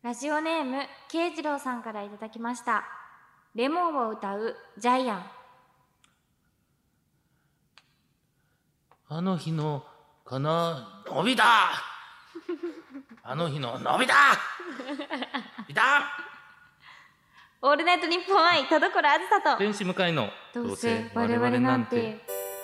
ラジオネーム慶次郎さんからいただきました。レモンを歌うジャイアン。 あの日のかなのび太あの日ののび太いたオールナイトニッポン愛田所あずさと天使向かいのどうせ我々なんて。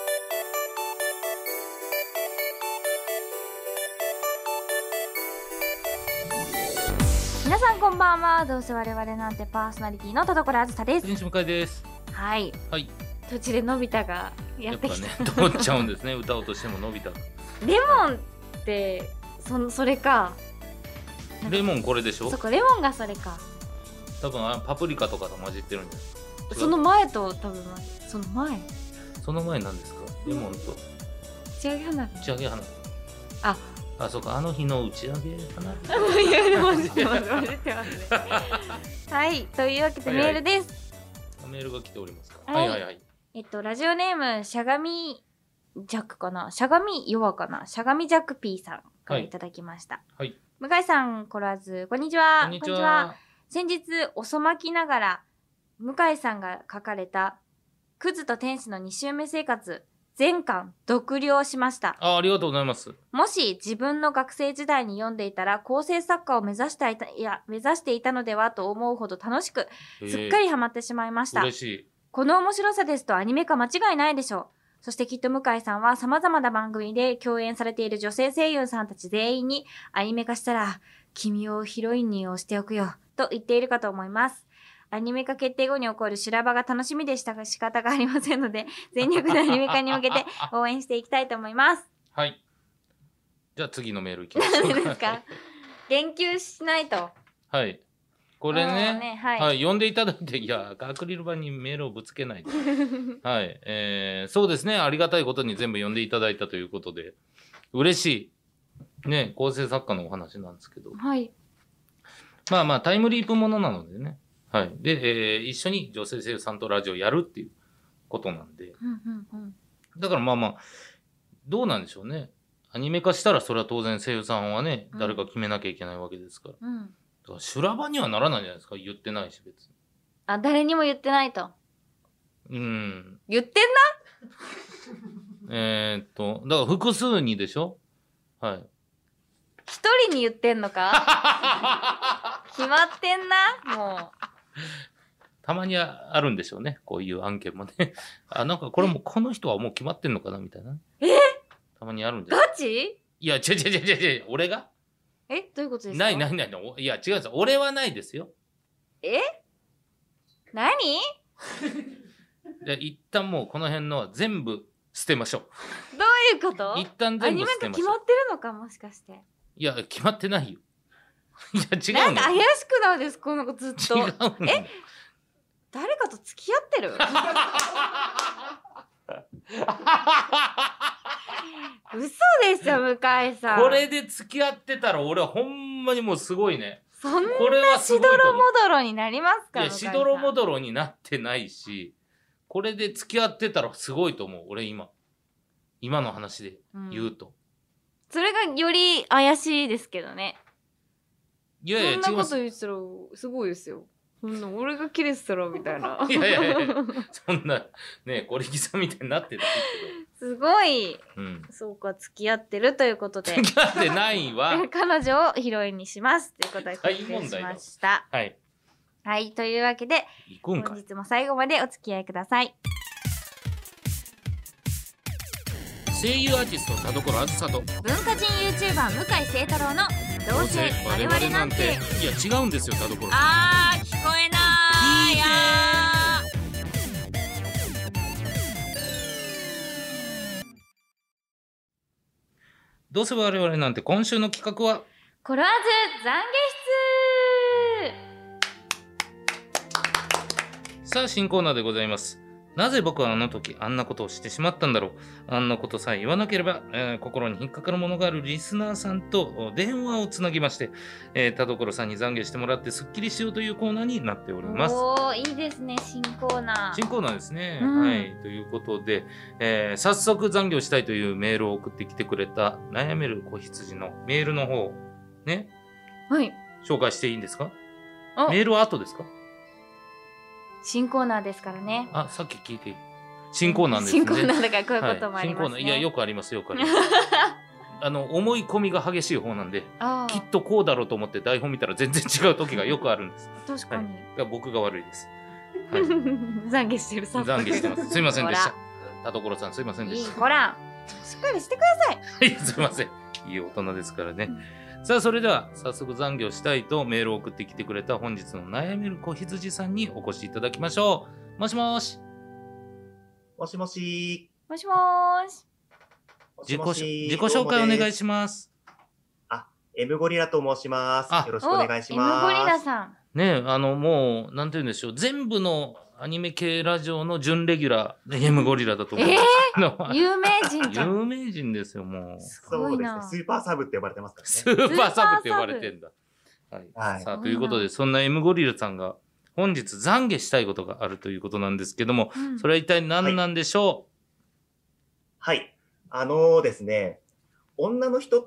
皆さんこんばんは。どうせ我々なんてパーソナリティの田所あずさです。 天使向かいです。 はい、 はい、 途中でのび太がややってぱっきた、 ね通っちゃうんですね歌おうとしてものび太レモンってそれか。 レモンこれでしょ。 そこレモンがそれか。 多分パプリカとかと混じってるんじゃないですか。 その前と多分その前なんですか。レモンと打ち上げ花火。 打ち上げ花火。あ、そうか、あの日の打ち上げ花火。 いやでも混じってますねはい、というわけでメールです。 メールが来ておりますか。 はいはいはいはい。 ラジオネームしゃがみジャックかな、しゃがみ弱かな、しゃがみジャック P さんからいただきました。 はい。 向井さん、こらずこんにちは。 こんにちは。 先日遅まきながら向井さんが書かれたクズと天使の2週目生活全巻読了しました。 ありがとうございます。 もし自分の学生時代に読んでいたら構成作家を目指していたのではと思うほど楽しく、すっかりハマってしまいました。 嬉しい。 この面白さですとアニメ化間違いないでしょう。そしてきっと向井さんは様々な番組で共演されている女性声優さんたち全員にアニメ化したら君をヒロインに推しておくよと言っているかと思います。アニメ化決定後に起こる修羅場が楽しみでしたが仕方がありませんので、全力でアニメ化に向けて応援していきたいと思います。 はい。じゃあ次のメールいきましょう。 何ですか。言及しないと。 はい。これね、 はい、 はい、読んでいただいて、いや、アクリル板にメールをぶつけないで。はい。そうですね、ありがたいことに全部読んでいただいたということで、嬉しい。ね、構成作家のお話なんですけど。 はい。 まあまあ、タイムリープものなのでね。はい。で、一緒に女性声優さんとラジオやるっていうことなんで。だからまあまあ、どうなんでしょうね。アニメ化したらそれは当然声優さんはね、誰か決めなきゃいけないわけですから。だから修羅場にはならないんじゃないですか。言ってないし別に。 誰にも言ってないと。 言ってんなだから複数にでしょ。はい。 一人に言ってんのか決まってんな、もう。 たまにあるんでしょうね。こういう案件もね。なんかこれもこの人はもう決まってんのかなみたいな。たまにあるんです。 ガチ？ いや、違う。俺が？ どういうことですか？ ない。いや、違うんです。俺はないですよ。 何？ じゃ一旦もうこの辺のは全部捨てましょう。 どういうこと？ 一旦全部捨てましょう。 アニメ化決まってるのかもしかして。 いや、決まってないよ。いや、違う。 なんか怪しくないですこの子ずっと。 違う。 誰かと付き合ってる？嘘でしょ、向井さん。 これで付き合ってたら俺はほんまにもうすごいね。 そんなしどろもどろになりますか？ いや、しどろもどろになってないし、これで付き合ってたらすごいと思う。俺今の話で言うと。 それがより怪しいですけどね。 いやいや、違う。 そんなこと言ってたらすごいですよ。そんな俺がキレてたらみたいな。 いや、そんなね、小力さんみたいになってないけど。すごい。そうか、付き合ってるということで。 付き合ってないわ。 彼女をヒロインにしますということで決定しました。 はい。 はい、というわけで本日も最後までお付き合いください。 声優アーティスト田所あずさと文化人 YouTuber 向井聖太郎のどうせ我々なんて。 いや違うんですよ田所。 聞こえないやどうせ我々なんて。今週の企画はコラーズ懺悔室。 さあ新コーナーでございます。なぜ僕はあの時あんなことをしてしまったんだろう。あんなことさえ言わなければ、心に引っかかるものがあるリスナーさんと電話をつなぎまして、田所さんに懺悔してもらってすっきりしようというコーナーになっております。 いいですね、新コーナー。 新コーナーですね。はい。ということで、早速懺悔をしたいというメールを送ってきてくれた悩める子羊のメールの方ね。 はい。 紹介していいんですか？ おメールは後ですか？ 新コーナーですからね。 あ、さっき聞いて。新コーナーですね。 新コーナーだからこういうこともあり新コーナー。 ますね。 いや、よくあります、よくあります。思い込みが激しい方なんで、 あきっとこうだろうと思って台本見たら全然違う時がよくあるんです。 確かに。 が僕が悪いです。はい、 懺悔してるさ。 懺悔してます。すいませんでした。田所さん、すいませんでいいした。 ほら、しっかりしてください。 はい、すいません。いい大人ですからね。さあ、それでは早速残業したいとメールを送ってきてくれた本日の悩める子羊さんにお越しいただきましょう。もしもし。 もしもし。 もしもーし。 自己紹介お願いします。 M ゴリラと申します。よろしくお願いします。 M ゴリラさんね、もうなんて言うんでしょう、全部のアニメ系ラジオの準レギュラー M ゴリラだと思う。 有名人じゃん。 有名人ですよ、もう。 そうですね、スーパーサブって呼ばれてますからね。 スーパーサブって呼ばれてんだ。はい。さあ、ということで、そんな M ゴリラさんが本日懺悔したいことがあるということなんですけども、それは一体何なんでしょう？ はい。ですね、女の人って、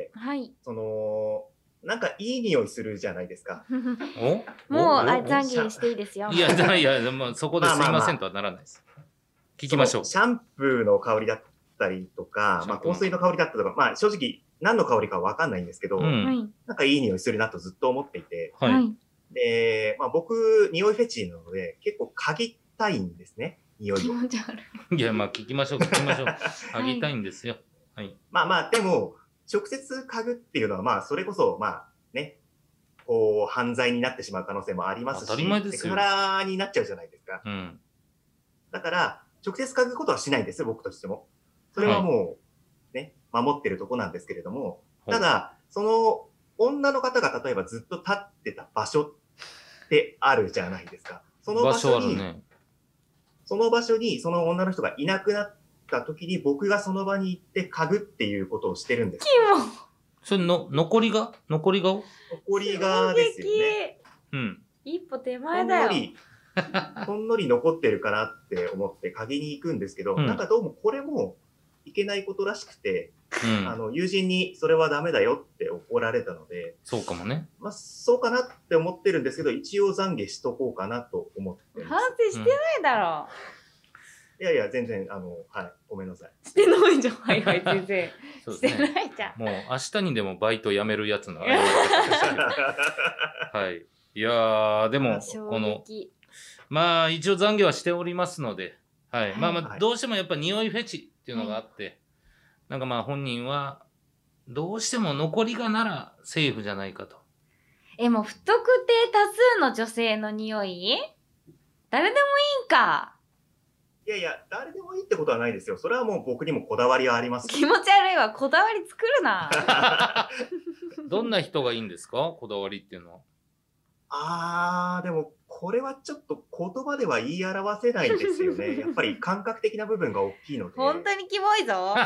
なんかいい匂いするじゃないですか。 もう懺悔していいですよ。 いや、そこですいませんとはならないです。聞きましょう。 シャンプーの香りだったりとか、香水の香りだったりとか、正直何の香りかわかんないんですけど、なんかいい匂いするなとずっと思っていて、で、僕、匂いフェチなので、結構嗅ぎたいんですね、匂いを。 気持ち悪い。 いや、聞きましょう。嗅ぎたいんですよ。はい。 でも、直接嗅ぐっていうのは、それこそ、こう、犯罪になってしまう可能性もありますし、 当たり前ですよ。 セクハラになっちゃうじゃないですか。だから、直接嗅ぐことはしないんですよ、僕としても。それはもう、ね、守ってるとこなんですけれども、ただ、その、女の方が例えばずっと立ってた場所ってあるじゃないですか。その場所に、その女の人がいなくなった時に僕がその場に行って嗅ぐっていうことをしてるんです。 それの、残りが残りがですよね。 一歩手前だよ。 ほんのり残ってるかなって思って嗅ぎに行くんですけど、なんかどうもこれもいけないことらしくて、友人にそれはダメだよって怒られたので、 そうかもね。 そうかなって思ってるんですけど、一応懺悔しとこうかなと思ってます。 反省してないだろう。いや、全然、ごめんなさい。 してないじゃん、全然。してないじゃん。 もう明日にでもバイト辞めるやつの謝り方ですけど。はい。いやー、でも、この、一応懺悔はしておりますので、はい。どうしてもやっぱ匂いフェチっていうのがあって、なんか本人は、どうしても残りがならセーフじゃないかと。 もう不特定多数の女性の匂い？誰でもいいんか。 いや、誰でもいいってことはないですよ。それはもう僕にもこだわりはあります。 気持ち悪いわ。こだわり作るな。 どんな人がいいんですか？こだわりっていうのは。 でも、これはちょっと言葉では言い表せないですよね。やっぱり感覚的な部分が大きいので。 本当にキモいぞ。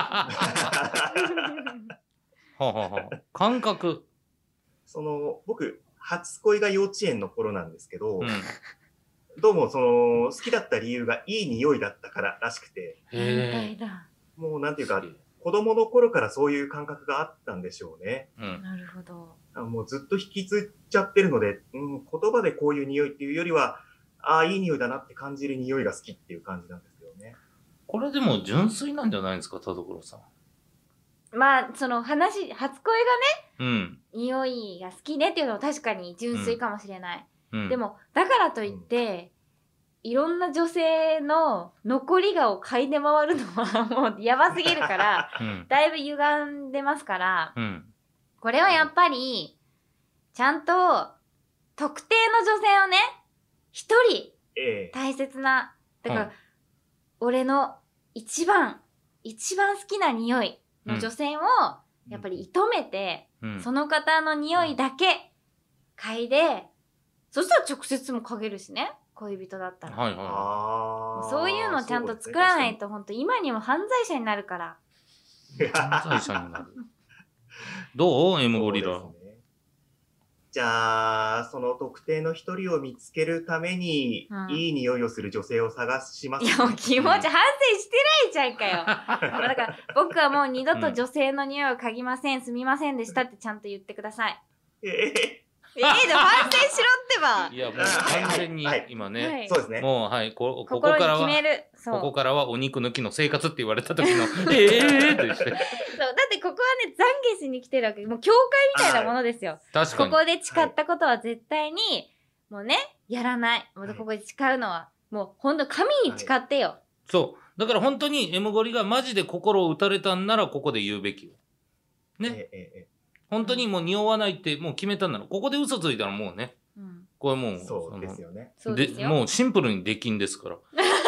感覚。 僕、初恋が幼稚園の頃なんですけど、どうも好きだった理由がいい匂いだったかららしくて、もうなんていうか、子供の頃からそういう感覚があったんでしょうね。 なるほど。 もうずっと引きずっちゃってるので、言葉でこういう匂いっていうよりは、いい匂いだなって感じる匂いが好きっていう感じなんですよね。 これでも純粋なんじゃないですか、田所さん。 初恋がね、匂いが好きねっていうのは確かに純粋かもしれない。でも、だからといって、いろんな女性の残り香を嗅いで回るのはもうやばすぎるから、だいぶ歪んでますから、これはやっぱり、ちゃんと特定の女性をね、一人大切な、だから、俺の一番好きな匂いの女性をやっぱり射止めて、その方の匂いだけ嗅いで、そしたら直接も嗅げるしね。恋人だったら。そういうのをちゃんと作らないと、本当今にも犯罪者になるから。 犯罪者になる。どう ?M ゴリラ。 じゃあ、その特定の一人を見つけるために、いい匂いをする女性を探します、 いや、もう気持ち、反省してないじゃんかよ。だから、僕はもう二度と女性の匂いを嗅ぎません、すみませんでしたってちゃんと言ってください。 でも反省しろってば。 いや、もう完全に今ね、 そうですね。 もう、はい、ここ心からは、 に決める。 ここからはお肉抜きの生活って言われた時の、ってして。 そう、だってここはね、懺悔しに来てるわけ。もう教会みたいなものですよ。 確かに。 ここで誓ったことは絶対に、もうね、やらない。もうここで誓うのは、もう本当神に誓ってよ。 そう。だから本当に M ゴリがマジで心を打たれたんならここで言うべきよ。ね。本当にもう匂わないってもう決めたんなら、ここで嘘ついたらもうね。これもう。 そうですよね。 で、もうシンプルに出禁ですから。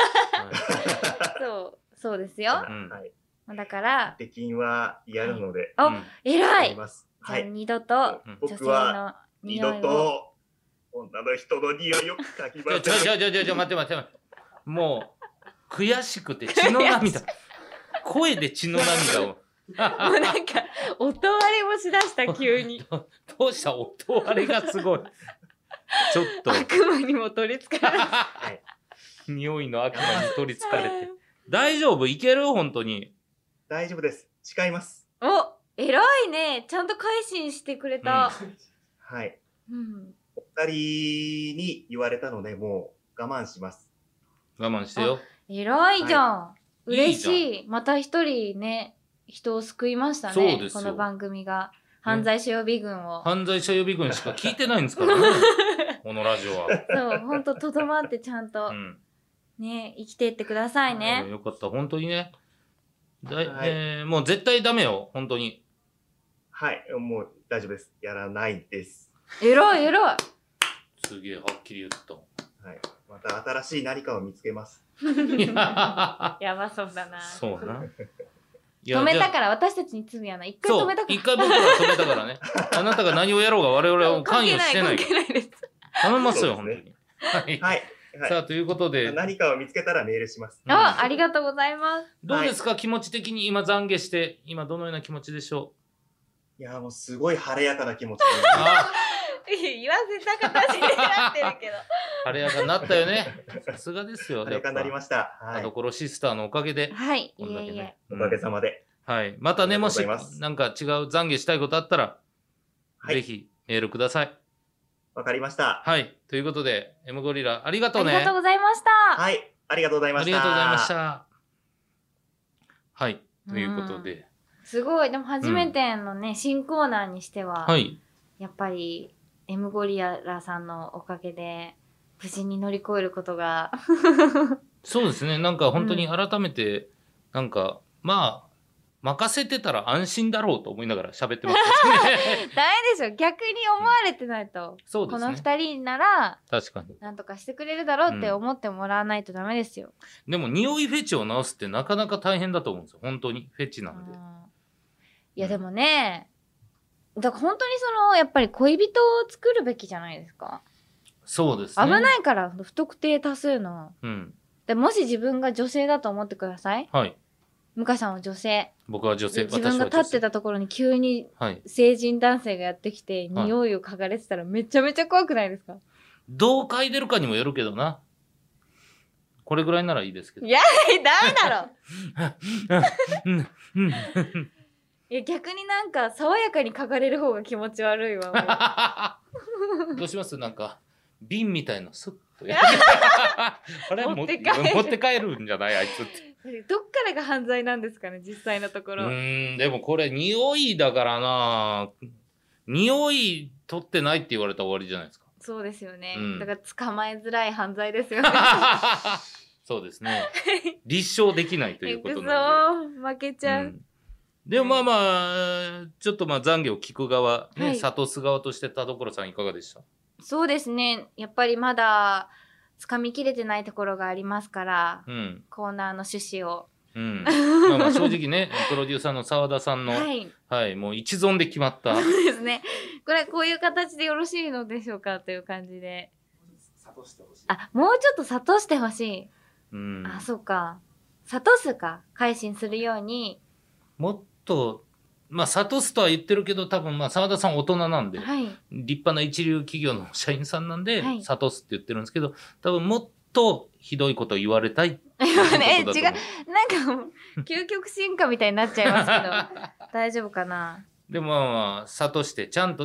そうですよ。だから。 出禁はやるので。 あ、偉い。 じゃあ二度と女性の匂いを。 二度と女の人の匂いを嗅ぎません。 待って。もう、悔しくて血の涙。声で血の涙を。 もうなんか、音割れもしだした、急に。 どうした音割れがすごい。ちょっと。 悪魔にも取りつかれて。 匂いの悪魔に取りつかれて。大丈夫？いける？本当に。 大丈夫です。誓います。 お、偉いね。ちゃんと改心してくれた。 はい。お二人に言われたので、もう我慢します。 我慢してよ。 偉いじゃん。嬉しい。また一人ね、人を救いましたね。 そうですよ。 この番組が。犯罪者予備軍を。 犯罪者予備軍しか聞いてないんですからね。このラジオは。 そう、ほんととどまってちゃんと、ね、生きていってくださいね。 よかった、本当にね。もう絶対ダメよ、本当に。 はい、もう大丈夫です。やらないです。 偉い。 すげえ、はっきり言った。 はい。また新しい何かを見つけます。 やばそうだな。 そうな。 止めたから、私たちに罪はない。一回止めたから。 一回僕ら止めたからね。あなたが何をやろうが我々は関与してない。 関係ないです。 頼みますよ、本当に。 はい。 さあ、ということで。 何かを見つけたらメールします。 ありがとうございます。 どうですか、気持ち的に今懺悔して、今どのような気持ちでしょう？いや、もうすごい晴れやかな気持ちで。 言わせた形になってるけど。 晴れやかになったよね。さすがですよ。 晴れやかになりました。 田所シスターのおかげで。 はい。 おかげさまで。 はい。またね、もし、なんか違う懺悔したいことあったら、ぜひメールください。 わかりました。 はい。ということで、M ゴリラ、ありがとうね。 ありがとうございました。 はい。ありがとうございました。 ありがとうございました。はい。ということで。 すごい。でも初めてのね、新コーナーにしては、 はい。 やっぱり、M ゴリラさんのおかげで、無事に乗り越えることが。 そうですね。なんか本当に改めて、なんか、まあ、任せてたら安心だろうと思いながら喋ってますね。 ダメでしょ。逆に思われてないと。 そうですね。 この二人なら、 確かに。 なんとかしてくれるだろうって思ってもらわないとダメですよ。 でも、匂いフェチを直すってなかなか大変だと思うんですよ。本当に。フェチなんで。 いや、でもね、だから本当にやっぱり恋人を作るべきじゃないですか。 そうですね。 危ないから、不特定多数の。でもし自分が女性だと思ってください。 はい。 向井さんは女性。 僕は女性。 自分が立ってたところに急に成人男性がやってきて、匂いを嗅がれてたらめちゃめちゃ怖くないですか？ どう嗅いでるかにもよるけどな。これぐらいならいいですけど。 いや、ダメだろ。いや、逆になんか爽やかに嗅がれる方が気持ち悪いわ。 どうします？なんか瓶みたいなスッとやってあれ持って帰るんじゃないあいつって。 どっからが犯罪なんですかね、実際のところ。 でもこれ匂いだからな。匂い取ってないって言われたら終わりじゃないですか。 そうですよね。だから捕まえづらい犯罪ですよね。 そうですね。立証できないということなんで。負けちゃう。 でもまあちょっと懺悔を聞く側ね、諭す側として田所さんいかがでした？ そうですね。やっぱりまだ掴みきれてないところがありますから、コーナーの趣旨を。 まあ正直ね、プロデューサーの澤田さんの、はい、もう一存で決まった。 そうですね。こういう形でよろしいのでしょうかという感じで。あ、もうちょっと諭してほしい。あ、そうか。諭すか。改心するように。 もっと、まあ、諭すとは言ってるけど、多分、まあ、澤田さん大人なんで、立派な一流企業の社員さんなんで、諭すって言ってるんですけど、多分もっとひどいこと言われたい。 違う。なんか、究極進化みたいになっちゃいますけど、大丈夫かな。 でもまあ、諭して、ちゃんとね、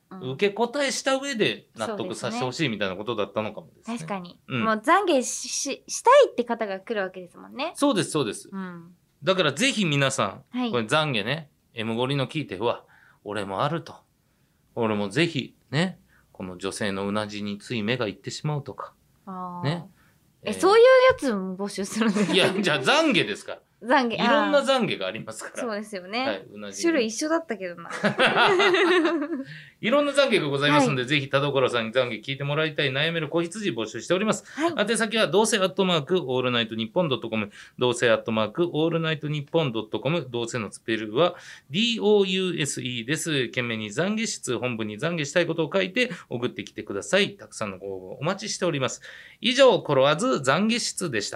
受け答えした上で納得させてほしいみたいなことだったのかもですね。 確かに。 うんもう懺悔したいって方が来るわけですもんね。 そうです、そうです。 うん。 だからぜひ皆さん、 はいこれ懺悔ね、M ゴリの聞いては、俺もあると。俺もぜひね、この女性のうなじについ目がいってしまうとか。 あーね。 そういうやつも募集するんですか？ いや、じゃあ懺悔ですから。 懺悔。 いろんなあ懺悔がありますから。 ーそうですよね。 はい、うなじ。 種類一緒だったけどな。 いろんな懺悔がございますので、ぜひ田所さんに懺悔聞いてもらいたい悩める子羊募集しております。 はい。 宛先はどうせアットマークオールナイトニッポンドットコム、どうせアットマークオールナイトニッポンドットコム、どうせのスペルは DOUSE です。懸命に懺悔室、本部に懺悔したいことを書いて送ってきてください。たくさんのご応募お待ちしております。以上、コロワーズ懺悔室でした。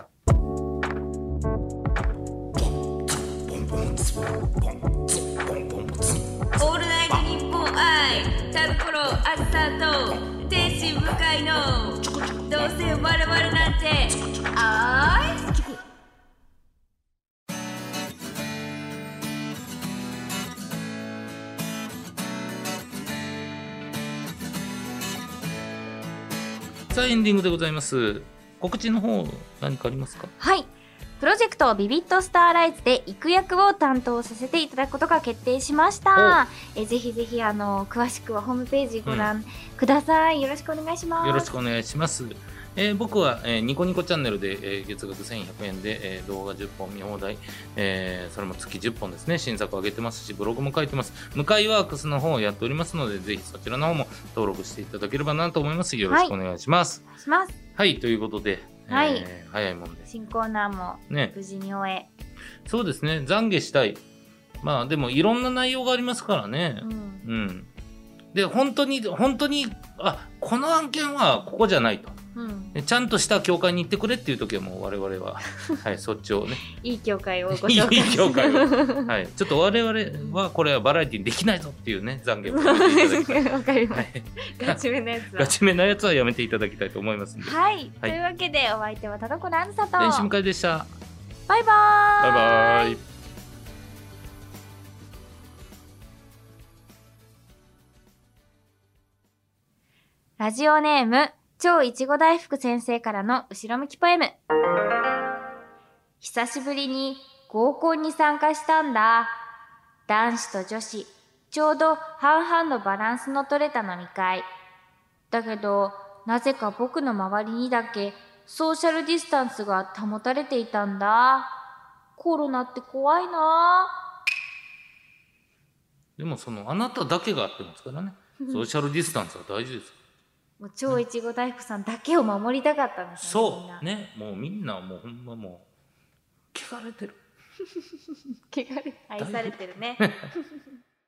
オールナイトニッポン愛田所あずさと天心向かいのどうせ我々なんてあいさあ、エンディングでございます。告知の方、何かありますか？ はい。プロジェクトビビットスターライズで育役を担当させていただくことが決定しました。ぜひぜひ詳しくはホームページご覧ください。よろしくお願いします。 よろしくお願いします。僕は、ニコニコチャンネルで、月額1100円で、動画10本見放題、それも月10本ですね、新作上げてますし、ブログも書いてます。向井ワークスの方をやっておりますので、ぜひそちらの方も登録していただければなと思います。よろしくお願いします。 お願いします。 はい、ということで、 はい早いもんで。 新コーナーもね、 無事に終え。 そうですね、懺悔したい。まあ、でもいろんな内容がありますからね。 うん。 うん。で、本当に、この案件はここじゃないと。 うん。 ちゃんとした教会に行ってくれっていう時はもう我々は、はい、そっちをね。 いい教会をごい紹介い教会を。はい。ちょっと我々はこれはバラエティにできないぞっていうね、懺悔をやめていただきたい。 わかります。 はいガチめのやつは。 ガチめなやつはやめていただきたいと思いますんで。 はい。 はいというわけでお相手は田所あずさと。 天使向井でした。 バイバーイ。 バイバイ。 ラジオネーム、超いちご大福先生からの後ろ向きポエム。久しぶりに合コンに参加したんだ。男子と女子、ちょうど半々のバランスの取れた飲み会。だけど、なぜか僕の周りにだけソーシャルディスタンスが保たれていたんだ。コロナって怖いな。 でもあなただけがあってますからね。ソーシャルディスタンスは大事です。 もう超いちご大福さんだけを守りたかったんですよね。 そうね、もうみんなもうほんまもう汚れてる。 汚れ愛されてるね。